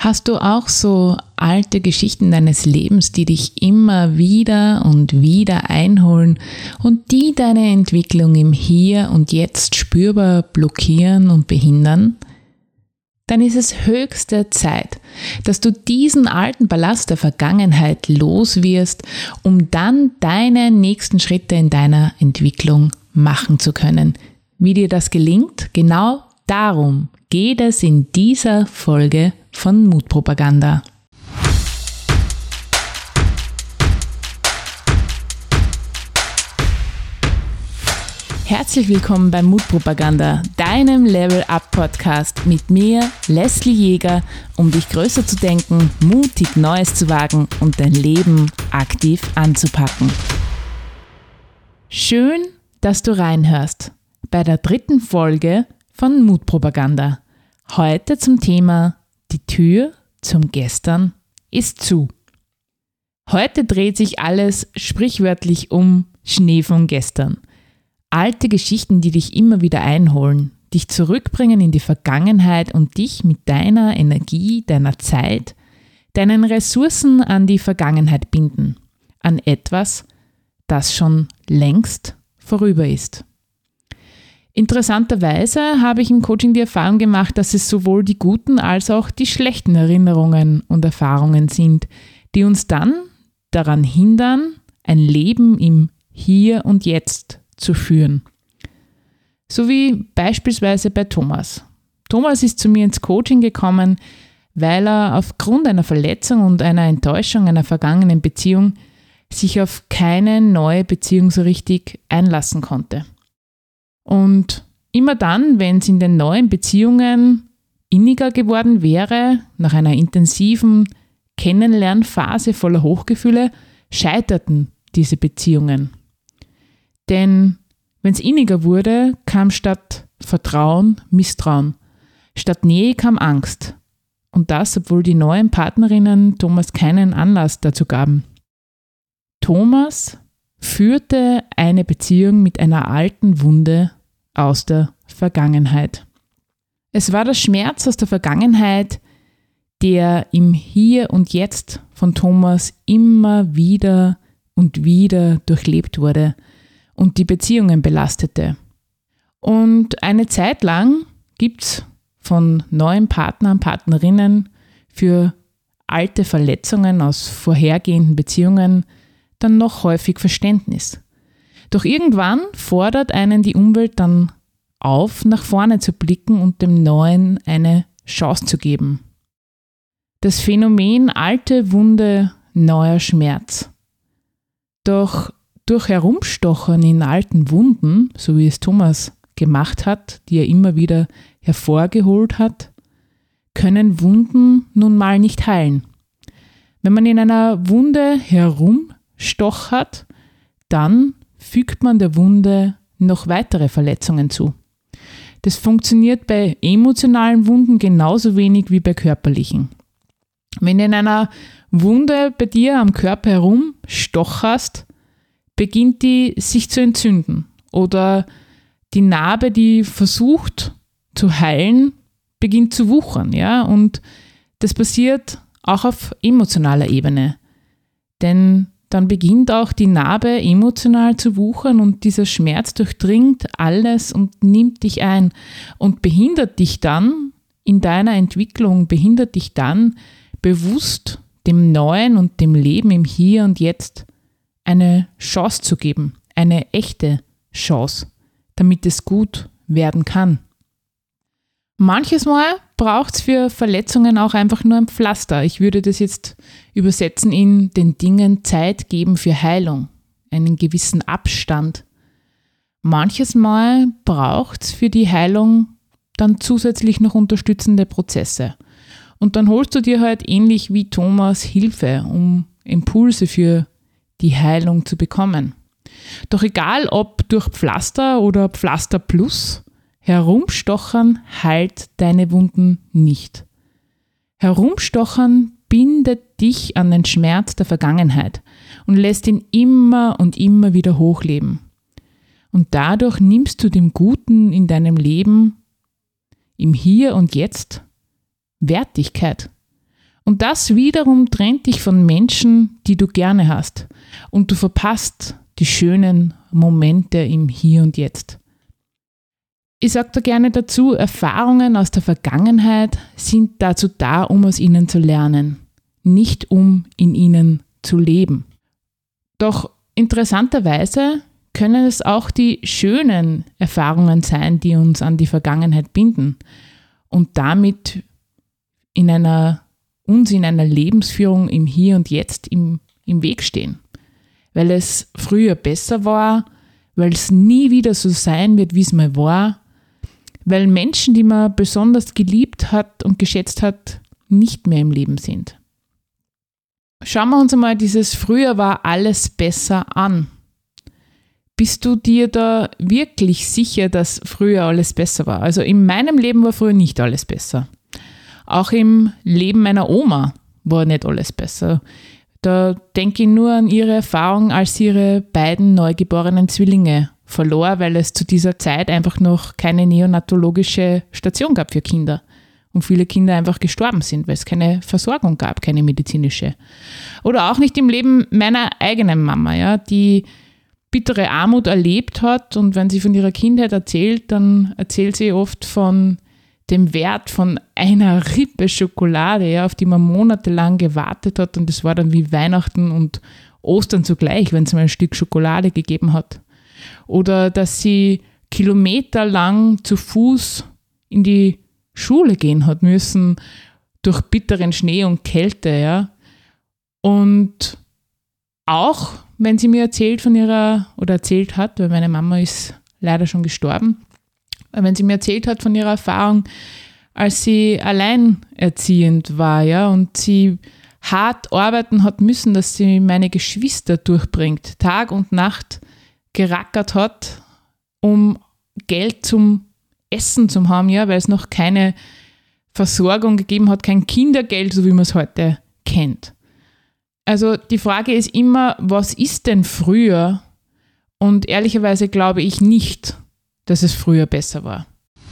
Hast du auch so alte Geschichten deines Lebens, die dich immer wieder und wieder einholen und die deine Entwicklung im Hier und Jetzt spürbar blockieren und behindern? Dann ist es höchste Zeit, dass du diesen alten Ballast der Vergangenheit los wirst, um dann deine nächsten Schritte in deiner Entwicklung machen zu können. Wie dir das gelingt, genau darum geht es in dieser Folge von Mutpropaganda. Herzlich willkommen bei Mutpropaganda, deinem Level-Up-Podcast mit mir, Leslie Jäger, um dich größer zu denken, mutig Neues zu wagen und dein Leben aktiv anzupacken. Schön, dass du reinhörst bei der 3. Folge von Mutpropaganda. Heute zum Thema: Die Tür zum Gestern ist zu. Heute dreht sich alles sprichwörtlich um Schnee von gestern. Alte Geschichten, die dich immer wieder einholen, dich zurückbringen in die Vergangenheit und dich mit deiner Energie, deiner Zeit, deinen Ressourcen an die Vergangenheit binden. An etwas, das schon längst vorüber ist. Interessanterweise habe ich im Coaching die Erfahrung gemacht, dass es sowohl die guten als auch die schlechten Erinnerungen und Erfahrungen sind, die uns dann daran hindern, ein Leben im Hier und Jetzt zu führen. So wie beispielsweise bei Thomas. Thomas ist zu mir ins Coaching gekommen, weil er aufgrund einer Verletzung und einer Enttäuschung einer vergangenen Beziehung sich auf keine neue Beziehung so richtig einlassen konnte. Und immer dann, wenn es in den neuen Beziehungen inniger geworden wäre, nach einer intensiven Kennenlernphase voller Hochgefühle, scheiterten diese Beziehungen. Denn wenn es inniger wurde, kam statt Vertrauen Misstrauen. Statt Nähe kam Angst. Und das, obwohl die neuen Partnerinnen Thomas keinen Anlass dazu gaben. Thomas führte eine Beziehung mit einer alten Wunde aus der Vergangenheit. Es war der Schmerz aus der Vergangenheit, der im Hier und Jetzt von Thomas immer wieder und wieder durchlebt wurde und die Beziehungen belastete. Und eine Zeit lang gibt es von neuen Partnern, Partnerinnen für alte Verletzungen aus vorhergehenden Beziehungen dann noch häufig Verständnis. Doch irgendwann fordert einen die Umwelt dann auf, nach vorne zu blicken und dem Neuen eine Chance zu geben. Das Phänomen alte Wunde, neuer Schmerz. Doch durch Herumstochern in alten Wunden, so wie es Thomas gemacht hat, die er immer wieder hervorgeholt hat, können Wunden nun mal nicht heilen. Wenn man in einer Wunde herumstochert, dann fügt man der Wunde noch weitere Verletzungen zu. Das funktioniert bei emotionalen Wunden genauso wenig wie bei körperlichen. Wenn du in einer Wunde bei dir am Körper herumstocherst, beginnt die sich zu entzünden oder die Narbe, die versucht zu heilen, beginnt zu wuchern, ja, und das passiert auch auf emotionaler Ebene, denn dann beginnt auch die Narbe emotional zu wuchern und dieser Schmerz durchdringt alles und nimmt dich ein und behindert dich dann in deiner Entwicklung, behindert dich dann bewusst dem Neuen und dem Leben im Hier und Jetzt eine Chance zu geben, eine echte Chance, damit es gut werden kann. Manches Mal braucht es für Verletzungen auch einfach nur ein Pflaster. Ich würde das jetzt übersetzen in den Dingen Zeit geben für Heilung, einen gewissen Abstand. Manches Mal braucht es für die Heilung dann zusätzlich noch unterstützende Prozesse. Und dann holst du dir halt ähnlich wie Thomas Hilfe, um Impulse für die Heilung zu bekommen. Doch egal ob durch Pflaster oder Pflaster plus, Herumstochern heilt deine Wunden nicht. Herumstochern bindet dich an den Schmerz der Vergangenheit und lässt ihn immer und immer wieder hochleben. Und dadurch nimmst du dem Guten in deinem Leben, im Hier und Jetzt, Wertigkeit. Und das wiederum trennt dich von Menschen, die du gerne hast. Und du verpasst die schönen Momente im Hier und Jetzt. Ich sage da gerne dazu, Erfahrungen aus der Vergangenheit sind dazu da, um aus ihnen zu lernen, nicht um in ihnen zu leben. Doch interessanterweise können es auch die schönen Erfahrungen sein, die uns an die Vergangenheit binden und damit uns in einer Lebensführung im Hier und Jetzt im Weg stehen. Weil es früher besser war, weil es nie wieder so sein wird, wie es mal war, weil Menschen, die man besonders geliebt hat und geschätzt hat, nicht mehr im Leben sind. Schauen wir uns einmal dieses Früher war alles besser an. Bist du dir da wirklich sicher, dass früher alles besser war? Also in meinem Leben war früher nicht alles besser. Auch im Leben meiner Oma war nicht alles besser. Da denke ich nur an ihre Erfahrung, als sie ihre beiden neugeborenen Zwillinge verlor, weil es zu dieser Zeit einfach noch keine neonatologische Station gab für Kinder und viele Kinder einfach gestorben sind, weil es keine Versorgung gab, keine medizinische. Oder auch nicht im Leben meiner eigenen Mama, ja, die bittere Armut erlebt hat, und wenn sie von ihrer Kindheit erzählt, dann erzählt sie oft von dem Wert von einer Rippe Schokolade, ja, auf die man monatelang gewartet hat, und das war dann wie Weihnachten und Ostern zugleich, wenn es mal ein Stück Schokolade gegeben hat. Oder dass sie kilometerlang zu Fuß in die Schule gehen hat müssen, durch bitteren Schnee und Kälte, ja. Und auch, wenn sie mir erzählt hat, weil meine Mama ist leider schon gestorben, wenn sie mir erzählt hat von ihrer Erfahrung, als sie alleinerziehend war, ja, und sie hart arbeiten hat müssen, dass sie meine Geschwister durchbringt, Tag und Nacht gerackert hat, um Geld zum Essen zu haben, ja, weil es noch keine Versorgung gegeben hat, kein Kindergeld, so wie man es heute kennt. Also die Frage ist immer, was ist denn früher? Und ehrlicherweise glaube ich nicht, dass es früher besser war.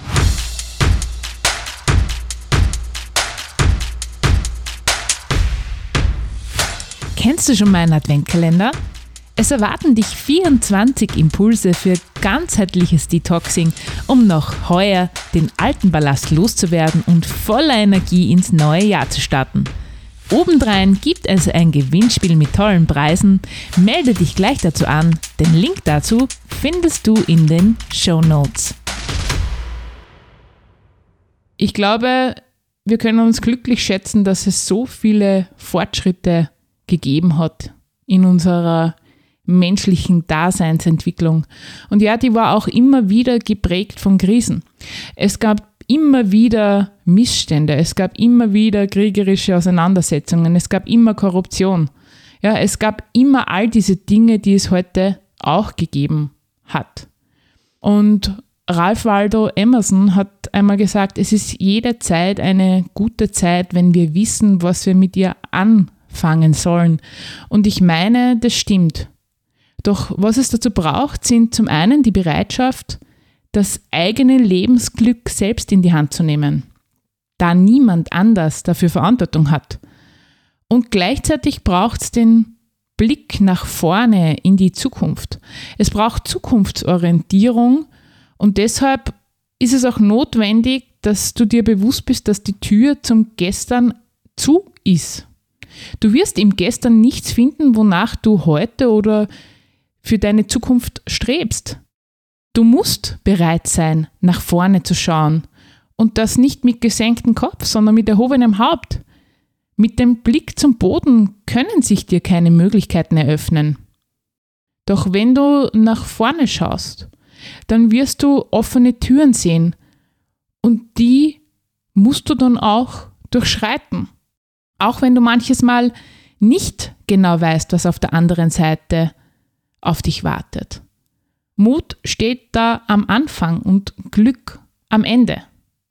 Kennst du schon meinen Adventkalender? Es erwarten dich 24 Impulse für ganzheitliches Detoxing, um noch heuer den alten Ballast loszuwerden und voller Energie ins neue Jahr zu starten. Obendrein gibt es ein Gewinnspiel mit tollen Preisen. Melde dich gleich dazu an. Den Link dazu findest du in den Shownotes. Ich glaube, wir können uns glücklich schätzen, dass es so viele Fortschritte gegeben hat in unserer menschlichen Daseinsentwicklung. Und ja, die war auch immer wieder geprägt von Krisen. Es gab immer wieder Missstände, es gab immer wieder kriegerische Auseinandersetzungen, es gab immer Korruption. Ja, es gab immer all diese Dinge, die es heute auch gegeben hat. Und Ralph Waldo Emerson hat einmal gesagt, es ist jede Zeit eine gute Zeit, wenn wir wissen, was wir mit ihr anfangen sollen. Und ich meine, das stimmt. Doch was es dazu braucht, sind zum einen die Bereitschaft, das eigene Lebensglück selbst in die Hand zu nehmen, da niemand anders dafür Verantwortung hat. Und gleichzeitig braucht es den Blick nach vorne in die Zukunft. Es braucht Zukunftsorientierung, und deshalb ist es auch notwendig, dass du dir bewusst bist, dass die Tür zum Gestern zu ist. Du wirst im Gestern nichts finden, wonach du heute oder für deine Zukunft strebst. Du musst bereit sein, nach vorne zu schauen, und das nicht mit gesenktem Kopf, sondern mit erhobenem Haupt. Mit dem Blick zum Boden können sich dir keine Möglichkeiten eröffnen. Doch wenn du nach vorne schaust, dann wirst du offene Türen sehen, und die musst du dann auch durchschreiten. Auch wenn du manches Mal nicht genau weißt, was auf der anderen Seite auf dich wartet. Mut steht da am Anfang und Glück am Ende.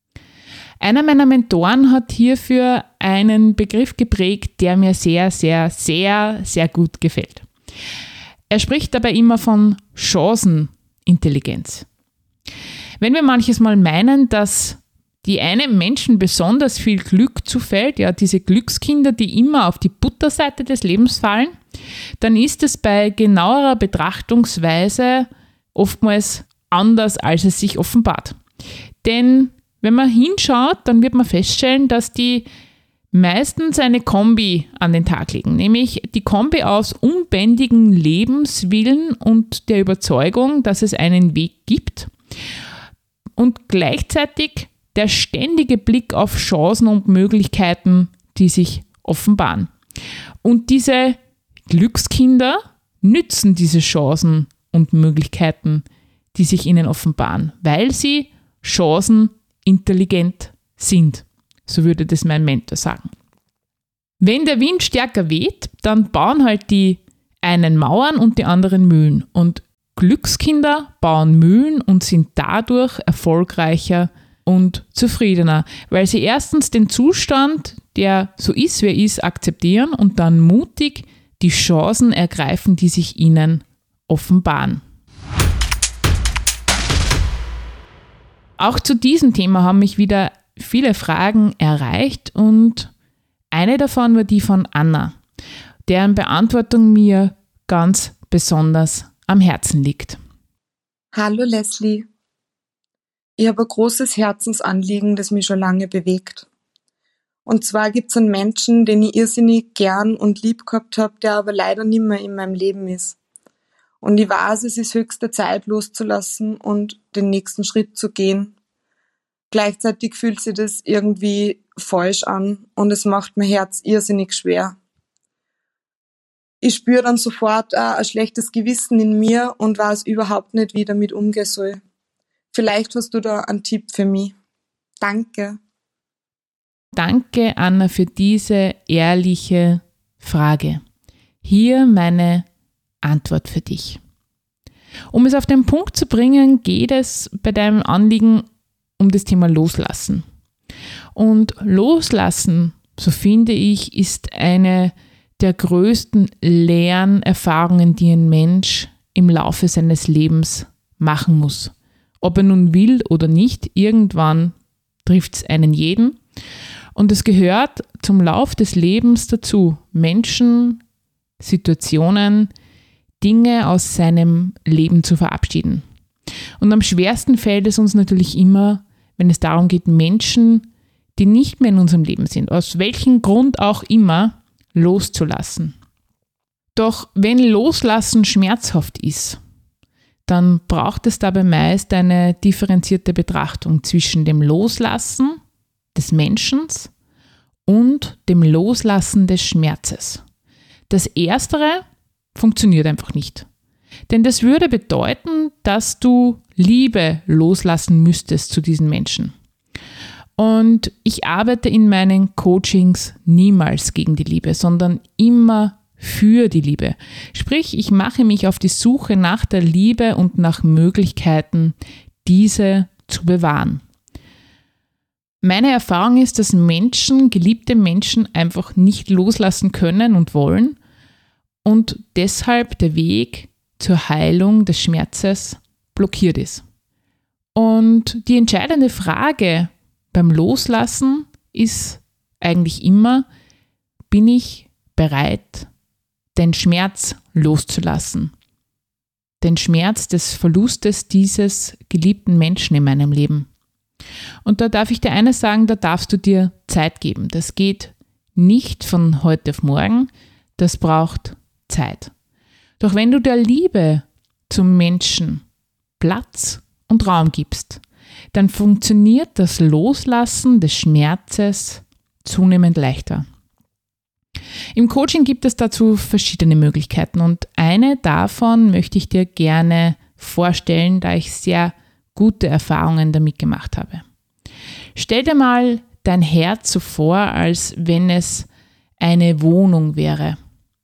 Einer meiner Mentoren hat hierfür einen Begriff geprägt, der mir sehr, sehr, sehr, sehr gut gefällt. Er spricht dabei immer von Chancenintelligenz. Wenn wir manches Mal meinen, dass die einem Menschen besonders viel Glück zufällt, ja, diese Glückskinder, die immer auf die Butterseite des Lebens fallen, dann ist es bei genauerer Betrachtungsweise oftmals anders, als es sich offenbart. Denn wenn man hinschaut, dann wird man feststellen, dass die meistens eine Kombi an den Tag legen, nämlich die Kombi aus unbändigen Lebenswillen und der Überzeugung, dass es einen Weg gibt und gleichzeitig der ständige Blick auf Chancen und Möglichkeiten, die sich offenbaren. Und diese Glückskinder nützen diese Chancen und Möglichkeiten, die sich ihnen offenbaren, weil sie chancenintelligent sind. So würde das mein Mentor sagen. Wenn der Wind stärker weht, dann bauen halt die einen Mauern und die anderen Mühlen. Und Glückskinder bauen Mühlen und sind dadurch erfolgreicher und zufriedener, weil sie erstens den Zustand, der so ist, wie er ist, akzeptieren und dann mutig die Chancen ergreifen, die sich ihnen offenbaren. Auch zu diesem Thema haben mich wieder viele Fragen erreicht und eine davon war die von Anna, deren Beantwortung mir ganz besonders am Herzen liegt. Hallo Leslie. Ich habe ein großes Herzensanliegen, das mich schon lange bewegt. Und zwar gibt es einen Menschen, den ich irrsinnig gern und lieb gehabt habe, der aber leider nicht mehr in meinem Leben ist. Und ich weiß, es ist höchste Zeit loszulassen und den nächsten Schritt zu gehen. Gleichzeitig fühlt sich das irgendwie falsch an und es macht mein Herz irrsinnig schwer. Ich spüre dann sofort auch ein schlechtes Gewissen in mir und weiß überhaupt nicht, wie ich damit umgehen soll. Vielleicht hast du da einen Tipp für mich. Danke. Danke, Anna, für diese ehrliche Frage. Hier meine Antwort für dich. Um es auf den Punkt zu bringen, geht es bei deinem Anliegen um das Thema Loslassen. Und Loslassen, so finde ich, ist eine der größten Lernerfahrungen, die ein Mensch im Laufe seines Lebens machen muss. Ob er nun will oder nicht, irgendwann trifft es einen jeden. Und es gehört zum Lauf des Lebens dazu, Menschen, Situationen, Dinge aus seinem Leben zu verabschieden. Und am schwersten fällt es uns natürlich immer, wenn es darum geht, Menschen, die nicht mehr in unserem Leben sind, aus welchem Grund auch immer, loszulassen. Doch wenn Loslassen schmerzhaft ist, dann braucht es dabei meist eine differenzierte Betrachtung zwischen dem Loslassen des Menschen und dem Loslassen des Schmerzes. Das Erstere funktioniert einfach nicht. Denn das würde bedeuten, dass du Liebe loslassen müsstest zu diesen Menschen. Und ich arbeite in meinen Coachings niemals gegen die Liebe, sondern immer für die Liebe. Sprich, ich mache mich auf die Suche nach der Liebe und nach Möglichkeiten, diese zu bewahren. Meine Erfahrung ist, dass Menschen, geliebte Menschen, einfach nicht loslassen können und wollen und deshalb der Weg zur Heilung des Schmerzes blockiert ist. Und die entscheidende Frage beim Loslassen ist eigentlich immer, bin ich bereit, den Schmerz loszulassen? Den Schmerz des Verlustes dieses geliebten Menschen in meinem Leben. Und da darf ich dir eines sagen, da darfst du dir Zeit geben. Das geht nicht von heute auf morgen, das braucht Zeit. Doch wenn du der Liebe zum Menschen Platz und Raum gibst, dann funktioniert das Loslassen des Schmerzes zunehmend leichter. Im Coaching gibt es dazu verschiedene Möglichkeiten und eine davon möchte ich dir gerne vorstellen, da ich sehr gute Erfahrungen damit gemacht habe. Stell dir mal dein Herz so vor, als wenn es eine Wohnung wäre.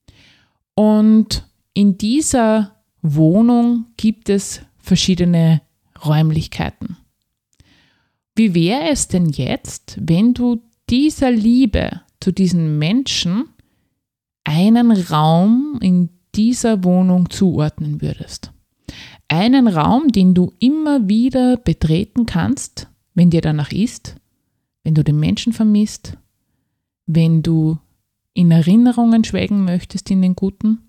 Und in dieser Wohnung gibt es verschiedene Räumlichkeiten. Wie wäre es denn jetzt, wenn du dieser Liebe zu diesen Menschen einen Raum in dieser Wohnung zuordnen würdest? Einen Raum, den du immer wieder betreten kannst, wenn dir danach ist, wenn du den Menschen vermisst, wenn du in Erinnerungen schwelgen möchtest, in den Guten.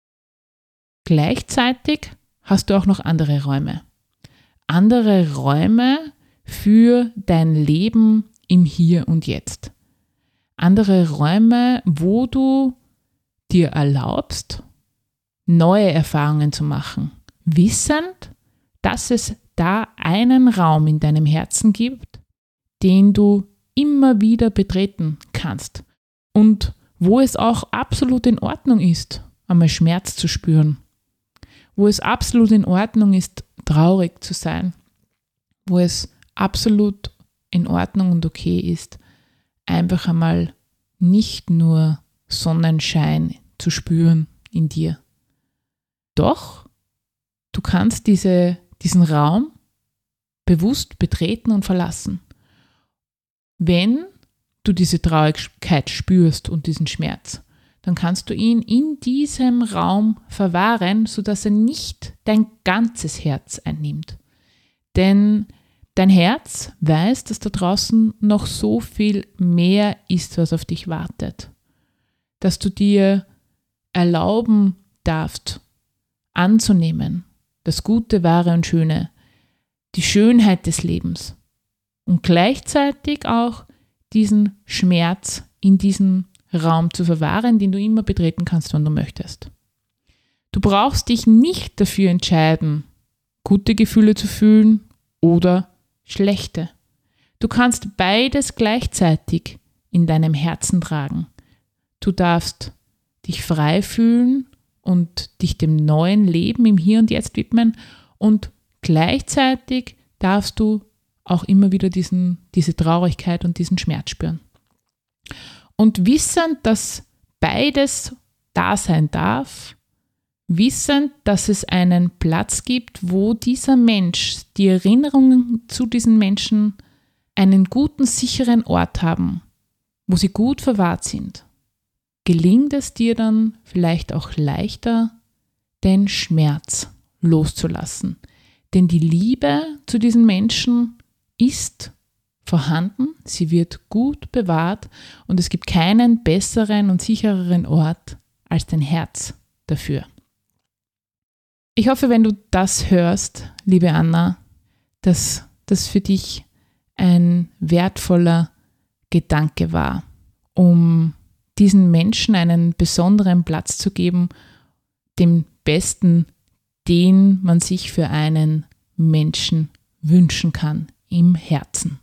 Gleichzeitig hast du auch noch andere Räume. Andere Räume für dein Leben im Hier und Jetzt. Andere Räume, wo du dir erlaubst, neue Erfahrungen zu machen, wissend, dass es da einen Raum in deinem Herzen gibt, den du immer wieder betreten kannst und wo es auch absolut in Ordnung ist, einmal Schmerz zu spüren, wo es absolut in Ordnung ist, traurig zu sein, wo es absolut in Ordnung und okay ist, einfach einmal nicht nur Sonnenschein zu spüren in dir. Doch du kannst diesen Raum bewusst betreten und verlassen. Wenn du diese Traurigkeit spürst und diesen Schmerz, dann kannst du ihn in diesem Raum verwahren, sodass er nicht dein ganzes Herz einnimmt. Denn dein Herz weiß, dass da draußen noch so viel mehr ist, was auf dich wartet. Dass du dir erlauben darfst, anzunehmen, das Gute, Wahre und Schöne, die Schönheit des Lebens und gleichzeitig auch diesen Schmerz in diesem Raum zu verwahren, den du immer betreten kannst, wenn du möchtest. Du brauchst dich nicht dafür entscheiden, gute Gefühle zu fühlen oder schlechte. Du kannst beides gleichzeitig in deinem Herzen tragen. Du darfst dich frei fühlen und dich dem neuen Leben im Hier und Jetzt widmen und gleichzeitig darfst du auch immer wieder diese Traurigkeit und diesen Schmerz spüren. Und wissend, dass beides da sein darf, wissend, dass es einen Platz gibt, wo dieser Mensch, die Erinnerungen zu diesen Menschen einen guten, sicheren Ort haben, wo sie gut verwahrt sind, gelingt es dir dann vielleicht auch leichter, den Schmerz loszulassen. Denn die Liebe zu diesen Menschen ist vorhanden, sie wird gut bewahrt und es gibt keinen besseren und sichereren Ort als dein Herz dafür. Ich hoffe, wenn du das hörst, liebe Anna, dass das für dich ein wertvoller Gedanke war, um diesen Menschen einen besonderen Platz zu geben, dem besten, den man sich für einen Menschen wünschen kann im Herzen.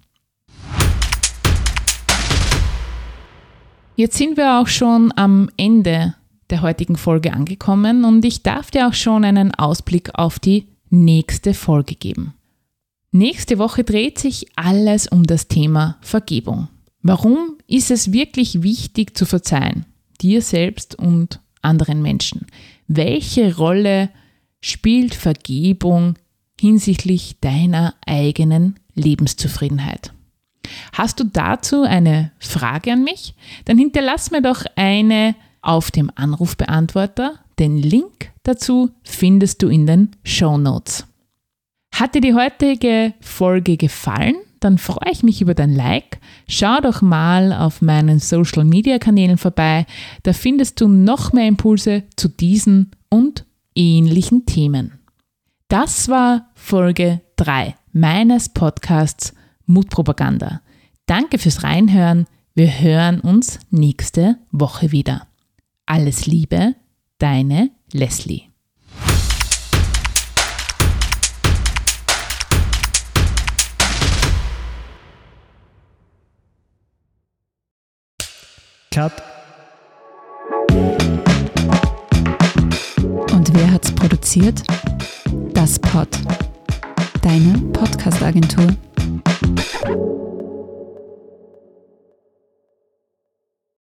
Jetzt sind wir auch schon am Ende der heutigen Folge angekommen und ich darf dir auch schon einen Ausblick auf die nächste Folge geben. Nächste Woche dreht sich alles um das Thema Vergebung. Warum ist es wirklich wichtig zu verzeihen? Dir selbst und anderen Menschen. Welche Rolle spielt Vergebung hinsichtlich deiner eigenen Lebenszufriedenheit? Hast du dazu eine Frage an mich? Dann hinterlass mir doch eine auf dem Anrufbeantworter. Den Link dazu findest du in den Shownotes. Hat dir die heutige Folge gefallen? Dann freue ich mich über dein Like. Schau doch mal auf meinen Social-Media-Kanälen vorbei. Da findest du noch mehr Impulse zu diesen und ähnlichen Themen. Das war Folge 3 meines Podcasts Mutpropaganda. Danke fürs Reinhören. Wir hören uns nächste Woche wieder. Alles Liebe, deine Leslie. Cut. Und wer hat's produziert? Das Pod. Deine Podcast-Agentur.